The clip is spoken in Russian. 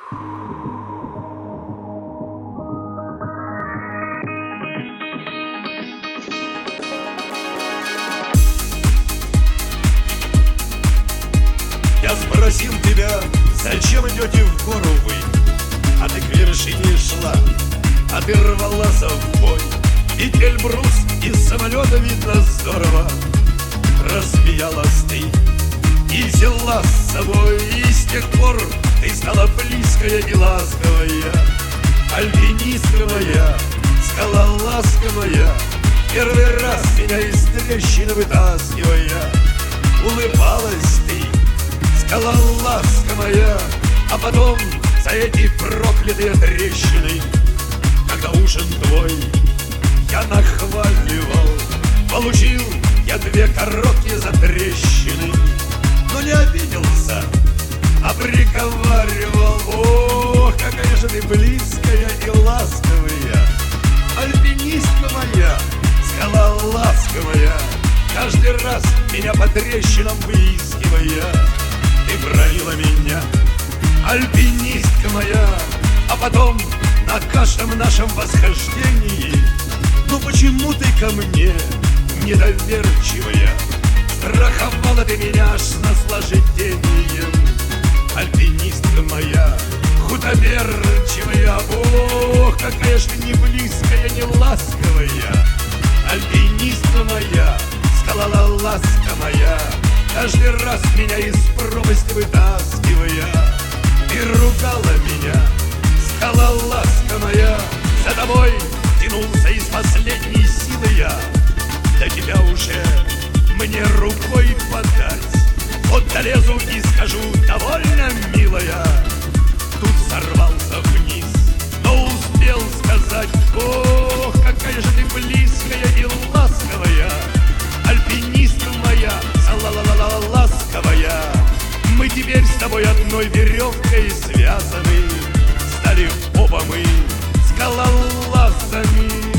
Я спросил тебя, зачем идете в гору вы? А ты к вершине шла, а ты рвалась в бой. Ведь Эльбрус из самолета видно здорово. Рассмеялась ты и взяла с собой. И с тех пор ты стала близкая и ласковая. Альпинистка моя, скалолазка моя, первый раз меня из трещины вытаскивая. Улыбалась ты, скалолазка моя, а потом за эти проклятые трещины, когда ужин твой я нахваливал, получил я 2 короткие затрещины. Но не обиделся, а приговаривал: ох, какая же ты близкая и ласковая, альпинистка моя, скалолазка моя, каждый раз меня по трещинам выискивая. Ты бронила меня, альпинистка моя, а потом на каждом нашем восхождении: ну почему ты ко мне недоверчивая? Страховала ты меня аж с наслаждением. Альпинистка моя, худоверчивая, ох, какая ж ты не близкая, не ласковая. Альпинистка моя, скалолазка моя, каждый раз меня из пропасти вытаскивая. Ты ругала меня, скалолазка моя, за тобой тянулся из последней силы я. До тебя уже мне рукой подать, вот долезу и скажу: довольно, милая. Тут сорвался вниз, но успел сказать: ох, какая же ты близкая и ласковая, альпинистка моя, ласковая. Мы теперь с тобой одной веревкой связаны, стали оба мы скалолазами.